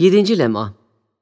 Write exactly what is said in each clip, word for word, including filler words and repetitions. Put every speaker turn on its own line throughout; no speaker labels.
Yedinci lem'a.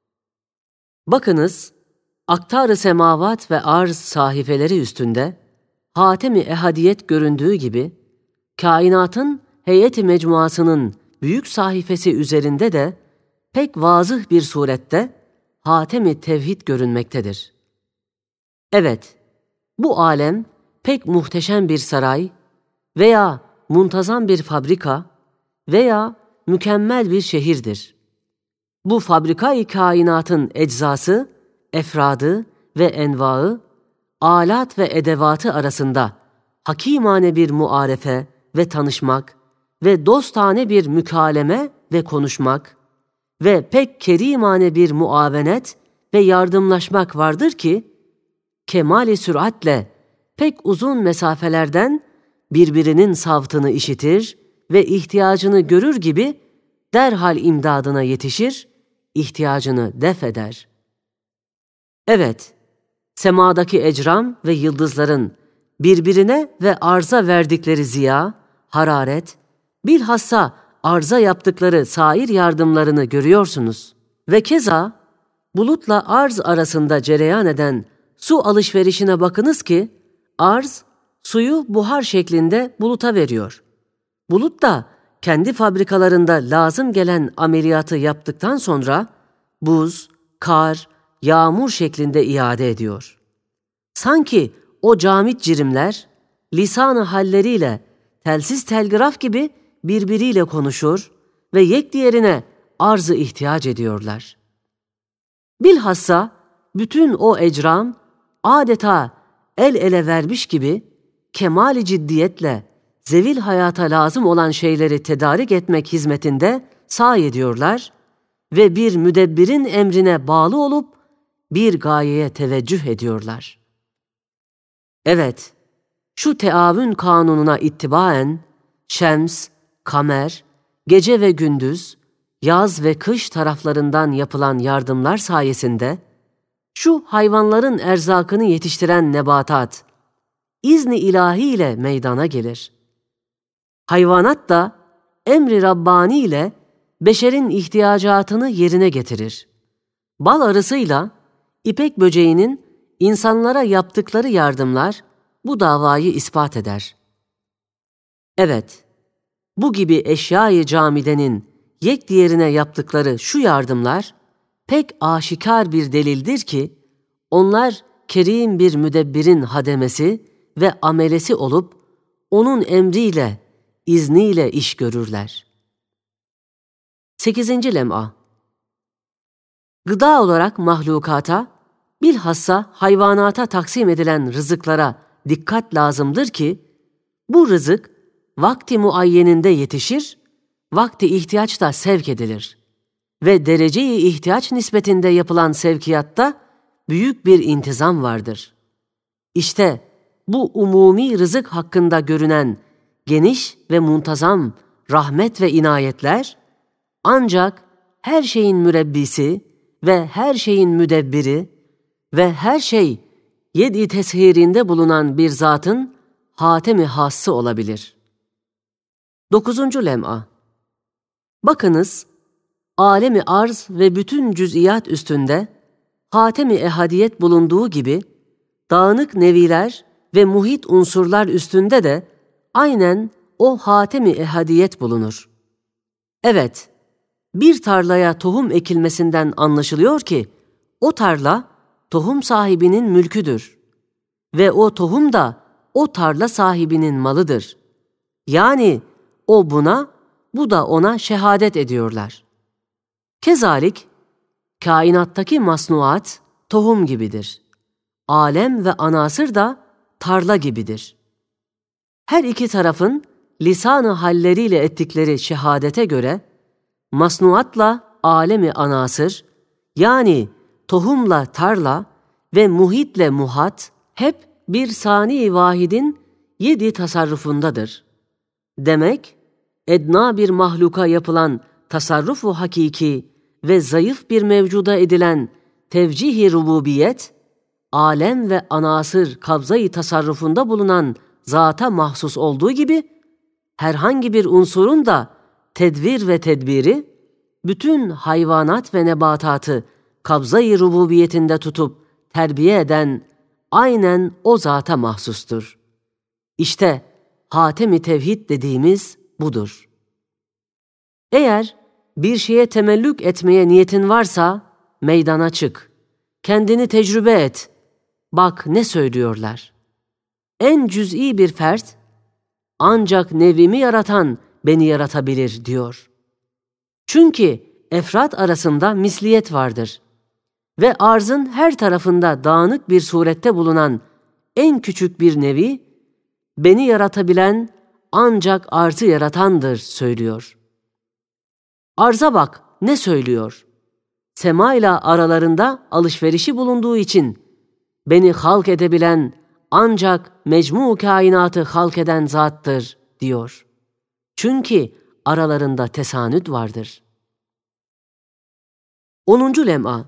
Bakınız, aktar-ı semavat ve arz sahifeleri üstünde hatem-i ehadiyet göründüğü gibi, kainatın heyet-i mecmuasının büyük sahifesi üzerinde de pek vazıh bir surette hatem-i tevhid görünmektedir. Evet, bu alem pek muhteşem bir saray veya muntazam bir fabrika veya mükemmel bir şehirdir. Bu fabrika-i kainatın eczası, efradı ve envaı, alat ve edevatı arasında hakimane bir muarefe ve tanışmak ve dostane bir mükaleme ve konuşmak ve pek kerimane bir muavenet ve yardımlaşmak vardır ki, kemali süratle pek uzun mesafelerden birbirinin savtını işitir ve ihtiyacını görür gibi derhal imdadına yetişir, ihtiyacını def eder. Evet, semadaki ecram ve yıldızların birbirine ve arza verdikleri ziya, hararet, bilhassa arza yaptıkları sair yardımlarını görüyorsunuz. Ve keza bulutla arz arasında cereyan eden su alışverişine bakınız ki, arz suyu buhar şeklinde buluta veriyor. Bulut da kendi fabrikalarında lazım gelen ameliyatı yaptıktan sonra buz, kar, yağmur şeklinde iade ediyor. Sanki o camit cirimler lisan-ı halleriyle telsiz telgraf gibi birbiriyle konuşur ve yek diğerine arz-ı ihtiyaç ediyorlar. Bilhassa bütün o ecram adeta el ele vermiş gibi kemali ciddiyetle zevil hayata lazım olan şeyleri tedarik etmek hizmetinde sahi ediyorlar ve bir müdebbirin emrine bağlı olup bir gayeye teveccüh ediyorlar. Evet, şu teavün kanununa ittibaen şems, kamer, gece ve gündüz, yaz ve kış taraflarından yapılan yardımlar sayesinde şu hayvanların erzakını yetiştiren nebatat izni ilahi ile meydana gelir. Hayvanat da emri Rabbani ile beşerin ihtiyacatını yerine getirir. Bal arısıyla ipek böceğinin insanlara yaptıkları yardımlar bu davayı ispat eder. Evet, bu gibi eşyayı camidenin yek diğerine yaptıkları şu yardımlar pek aşikar bir delildir ki onlar kerim bir müdebbirin hademesi ve amelesi olup onun emriyle, izniyle iş görürler. Sekizinci lem'a. Gıda olarak mahlukata, bilhassa hayvanata taksim edilen rızıklara dikkat lazımdır ki, bu rızık vakti muayyeninde yetişir, vakti ihtiyaç da sevk edilir ve derece-i ihtiyaç nispetinde yapılan sevkiyatta büyük bir intizam vardır. İşte bu umumi rızık hakkında görünen geniş ve muntazam rahmet ve inayetler, ancak her şeyin mürebbisi ve her şeyin müdebbiri ve her şey yed-i teshirinde bulunan bir zatın hatem-i hassa olabilir. Dokuzuncu lem'a. Bakınız, alemi arz ve bütün cüz'iyat üstünde hatem-i ehadiyet bulunduğu gibi, dağınık neviler ve muhit unsurlar üstünde de aynen o hatem-i ehadiyet bulunur. Evet, bir tarlaya tohum ekilmesinden anlaşılıyor ki, o tarla tohum sahibinin mülküdür ve o tohum da o tarla sahibinin malıdır. Yani o buna, bu da ona şehadet ediyorlar. Kezalik, kainattaki masnuat tohum gibidir. Alem ve anasır da tarla gibidir. Her iki tarafın lisan-ı halleriyle ettikleri şehadete göre, masnuatla alemi anasır, yani tohumla tarla ve muhitle muhat, hep bir sani vahidin yedi tasarrufundadır. Demek, edna bir mahluka yapılan tasarrufu hakiki ve zayıf bir mevcuda edilen tevcih-i rububiyet, alem ve anasır kabza-i tasarrufunda bulunan zata mahsus olduğu gibi, herhangi bir unsurun da tedvir ve tedbiri, bütün hayvanat ve nebatatı kabza-i rububiyetinde tutup terbiye eden aynen o zata mahsustur. İşte hatem-i tevhid dediğimiz budur. Eğer bir şeye temellük etmeye niyetin varsa meydana çık. Kendini tecrübe et. Bak ne söylüyorlar. En cüz'i bir fert, ancak nevimi yaratan beni yaratabilir diyor. Çünkü efrat arasında misliyet vardır. Ve arzın her tarafında dağınık bir surette bulunan en küçük bir nevi, beni yaratabilen ancak arzı yaratandır söylüyor. Arza bak ne söylüyor? Sema ile aralarında alışverişi bulunduğu için beni halk edebilen ancak mecmu kainatı halk eden zattır diyor. Çünkü aralarında tesanüt vardır. onuncu lem'a.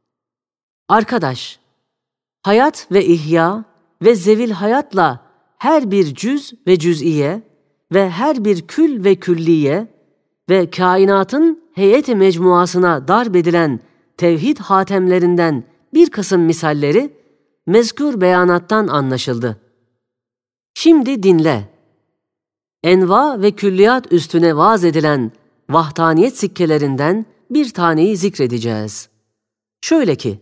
Arkadaş, hayat ve ihya ve zevil hayatla her bir cüz ve cüz'iye ve her bir kül ve külliye ve kainatın heyet-i mecmuasına darbedilen tevhid hatemlerinden bir kısım misalleri mezkür beyanattan anlaşıldı. Şimdi dinle. Enva ve külliyat üstüne vaz edilen vahdaniyet sikkelerinden bir taneyi zikredeceğiz. Şöyle ki,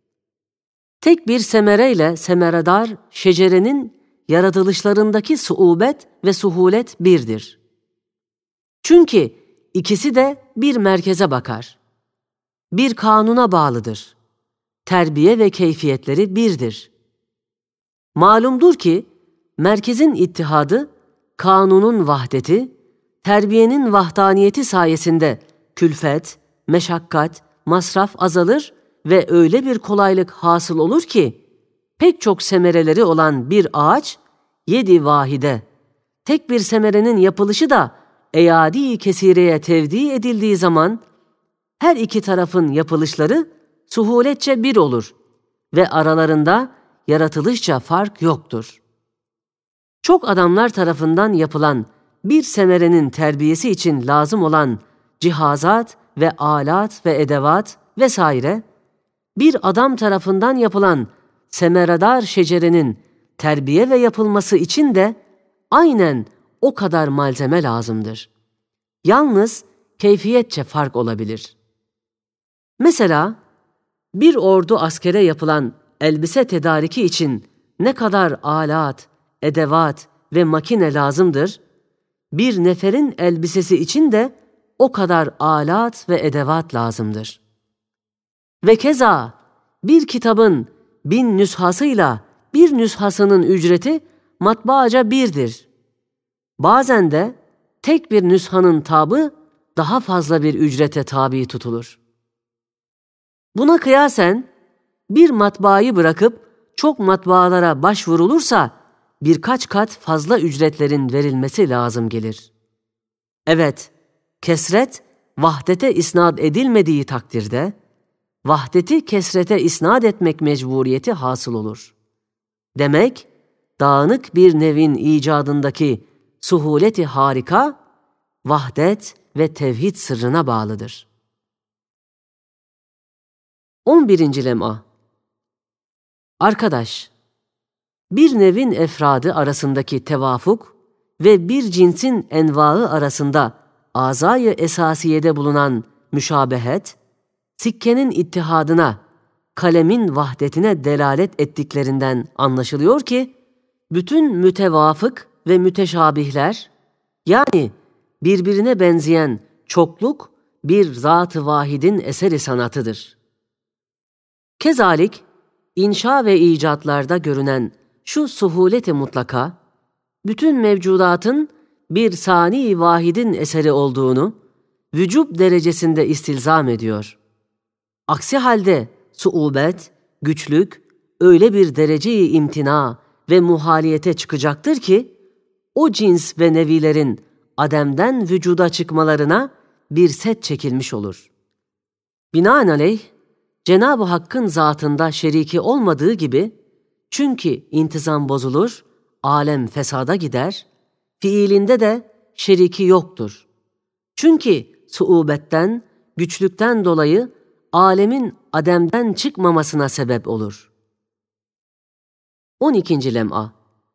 tek bir semereyle semeredar şecerenin yaratılışlarındaki suubet ve suhulet birdir. Çünkü ikisi de bir merkeze bakar. Bir kanuna bağlıdır. Terbiye ve keyfiyetleri birdir. Malumdur ki merkezin ittihadı, kanunun vahdeti, terbiyenin vahdaniyeti sayesinde külfet, meşakkat, masraf azalır ve öyle bir kolaylık hasıl olur ki, pek çok semereleri olan bir ağaç, yedi vahide, tek bir semerenin yapılışı da eyadi kesireye tevdi edildiği zaman, her iki tarafın yapılışları suhuletçe bir olur ve aralarında yaratılışça fark yoktur. Çok adamlar tarafından yapılan bir semerenin terbiyesi için lazım olan cihazat ve alat ve edevat vesaire, bir adam tarafından yapılan semeredar şecerenin terbiye ve yapılması için de aynen o kadar malzeme lazımdır. Yalnız keyfiyetçe fark olabilir. Mesela bir ordu askere yapılan elbise tedariki için ne kadar alat, edevat ve makine lazımdır, bir neferin elbisesi için de o kadar alat ve edevat lazımdır. Ve keza bir kitabın bin nüshasıyla bir nüshasının ücreti matbaaca birdir. Bazen de tek bir nüshanın tabı daha fazla bir ücrete tabi tutulur. Buna kıyasen bir matbaayı bırakıp çok matbaalara başvurulursa birkaç kat fazla ücretlerin verilmesi lazım gelir. Evet, kesret vahdete isnad edilmediği takdirde vahdeti kesrete isnad etmek mecburiyeti hasıl olur. Demek dağınık bir nevin icadındaki suhuleti harika vahdet ve tevhid sırrına bağlıdır. on birinci lem'a. Arkadaş, bir nevin efradı arasındaki tevafuk ve bir cinsin envaı arasında azayı esasiyede bulunan müşabehet, sikkenin ittihadına, kalemin vahdetine delalet ettiklerinden anlaşılıyor ki, bütün mütevafık ve müteşabihler, yani birbirine benzeyen çokluk bir zat-ı vahidin eseri sanatıdır. Kezalik, inşa ve icatlarda görünen şu suhuleti mutlaka, bütün mevcudatın bir sani vahidin eseri olduğunu vücub derecesinde istilzam ediyor. Aksi halde suubet, güçlük öyle bir derece-i imtina ve muhaliyete çıkacaktır ki, o cins ve nevilerin ademden vücuda çıkmalarına bir set çekilmiş olur. Binaenaleyh, Cenab-ı Hakk'ın zatında şeriki olmadığı gibi, çünkü intizam bozulur, alem fesada gider, fiilinde de şeriki yoktur. Çünkü suubetten, güçlükten dolayı alemin ademden çıkmamasına sebep olur. on ikinci lem'a.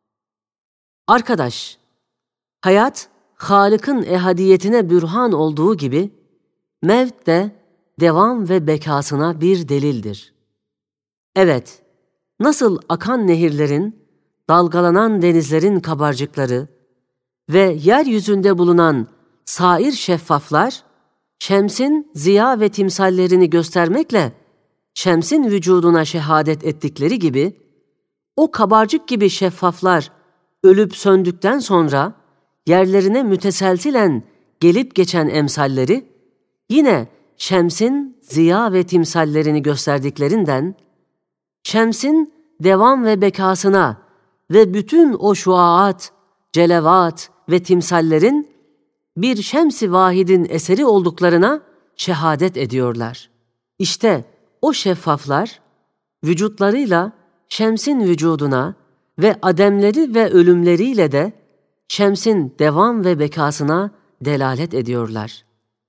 Arkadaş, hayat, Halık'ın ehadiyetine bürhan olduğu gibi, mevt de devam ve bekasına bir delildir. Evet, nasıl akan nehirlerin, dalgalanan denizlerin kabarcıkları ve yeryüzünde bulunan sair şeffaflar, şemsin ziya ve timsallerini göstermekle şemsin vücuduna şehadet ettikleri gibi, o kabarcık gibi şeffaflar ölüp söndükten sonra yerlerine müteselsilen gelip geçen emsalleri, yine şemsin ziya ve timsallerini gösterdiklerinden, şemsin devam ve bekasına ve bütün o şuaat, celevat ve timsallerin bir şems-i vahidin eseri olduklarına şehadet ediyorlar. İşte o şeffaflar, vücutlarıyla şemsin vücuduna ve ademleri ve ölümleriyle de şemsin devam ve bekasına delalet ediyorlar.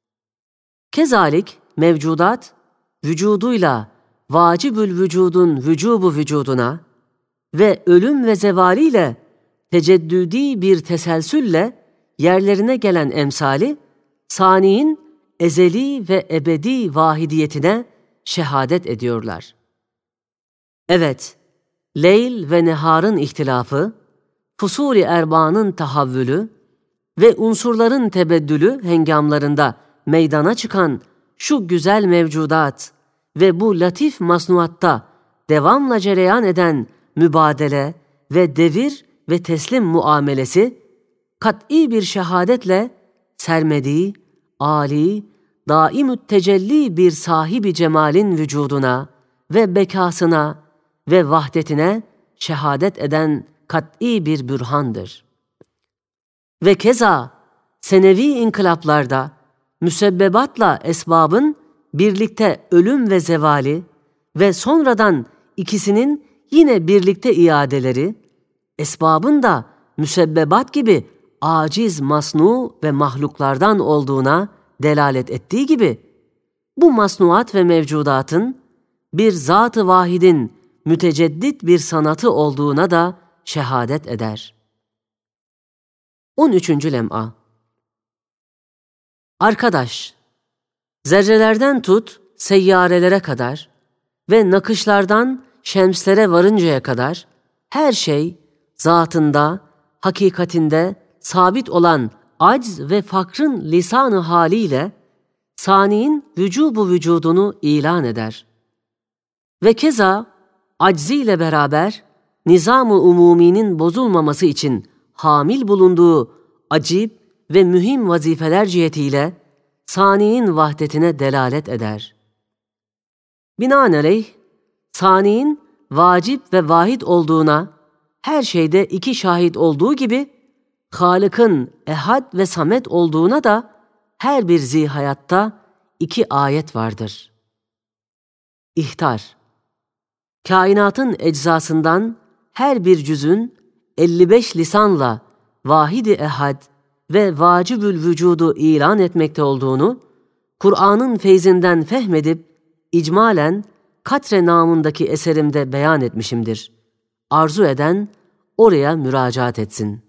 Kezalik mevcudat, vücuduyla vacibül vücudun vücubu vücuduna ve ölüm ve zevaliyle teceddüdi bir teselsülle yerlerine gelen emsali, saniyin ezeli ve ebedi vahidiyetine şehadet ediyorlar. Evet, leyl ve neharın ihtilafı, fusûl-i erbağının tahavvülü ve unsurların tebeddülü hengamlarında meydana çıkan şu güzel mevcudat ve bu latif masnuatta devamla cereyan eden mübadele ve devir ve teslim muamelesi, kat'i bir şehadetle sermedi, âli, daim-ü tecelli bir sahibi cemalin vücuduna ve bekasına ve vahdetine şehadet eden kat'i bir bürhandır. Ve keza senevi inkılaplarda müsebbebatla esbabın birlikte ölüm ve zevali ve sonradan ikisinin yine birlikte iadeleri, esbabın da müsebbebat gibi aciz masnu ve mahluklardan olduğuna delalet ettiği gibi, bu masnuat ve mevcudatın bir zat-ı vahidin müteceddit bir sanatı olduğuna da şehadet eder. on üçüncü lem'a. Arkadaş, zerrelerden tut seyyarelere kadar ve nakışlardan şemslere varıncaya kadar her şey zatında, hakikatinde sabit olan acz ve fakrın lisan-ı haliyle saniyin vücubu vücudunu ilan eder. Ve keza acziyle beraber nizam-ı umuminin bozulmaması için hamil bulunduğu acip ve mühim vazifeler cihetiyle saniyin vahdetine delalet eder. Binaenaleyh, saniyin vacip ve vahid olduğuna her şeyde iki şahit olduğu gibi, Halık'ın ehad ve samet olduğuna da her bir zihayatta iki ayet vardır. İhtar. Kainatın eczasından her bir cüzün elli beş lisanla vahid-i ehad ve vacibül vücudu ilan etmekte olduğunu, Kur'an'ın feyzinden fehmedip, icmalen Katre namındaki eserimde beyan etmişimdir. Arzu eden oraya müracaat etsin.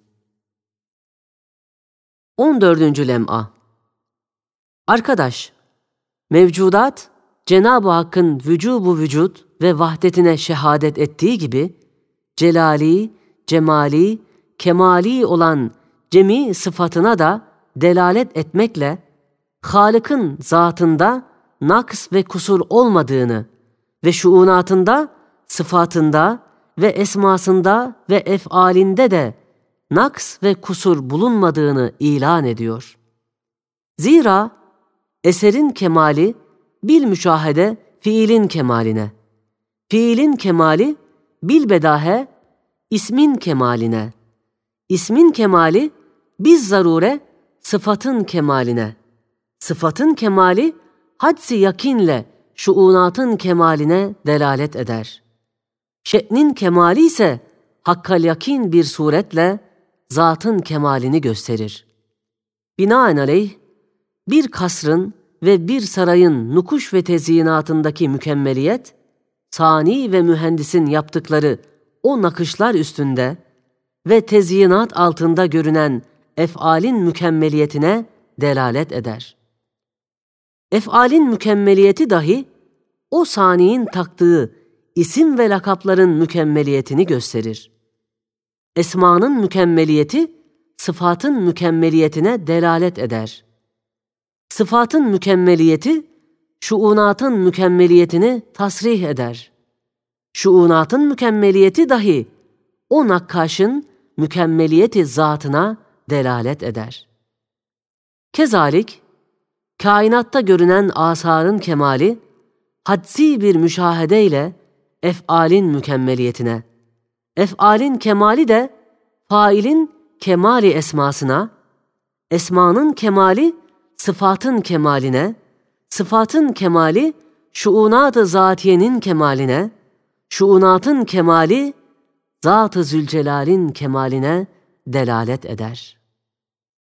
on dördüncü lem'a. Arkadaş, mevcudat, Cenab-ı Hakk'ın vücubu vücut ve vahdetine şehadet ettiği gibi, celali, cemali, kemali olan cemi sıfatına da delalet etmekle, Halık'ın zatında naks ve kusur olmadığını ve şuunatında, sıfatında ve esmasında ve ef'alinde de naks ve kusur bulunmadığını ilan ediyor. Zira eserin kemali bil müşahede fiilin kemaline, fiilin kemali bil bedahe ismin kemaline, ismin kemali biz zarure sıfatın kemaline, sıfatın kemali hadsi yakinle şuunatın kemaline delalet eder. Şe'nin kemali ise hakkal yakin bir suretle zatın kemalini gösterir. Binaenaleyh bir kasrın ve bir sarayın nukuş ve tezyinatındaki mükemmeliyet, sani ve mühendisin yaptıkları o nakışlar üstünde ve tezyinat altında görünen ef'alin mükemmeliyetine delalet eder. Ef'alin mükemmeliyeti dahi o saniyin taktığı isim ve lakapların mükemmeliyetini gösterir. Esmanın mükemmeliyeti, sıfatın mükemmeliyetine delalet eder. Sıfatın mükemmeliyeti, şuunatın mükemmeliyetini tasrih eder. Şuunatın mükemmeliyeti dahi o nakkaşın mükemmeliyeti zatına delalet eder. Kezalik, kainatta görünen asarın kemali, hadsi bir müşahedeyle ef'alin mükemmeliyetine, ef'alin kemali de failin kemali esmasına, esmanın kemali sıfatın kemaline, sıfatın kemali şuunat-ı zatiyenin kemaline, şuunatın kemali Zat-ı Zülcelal'in kemaline delalet eder.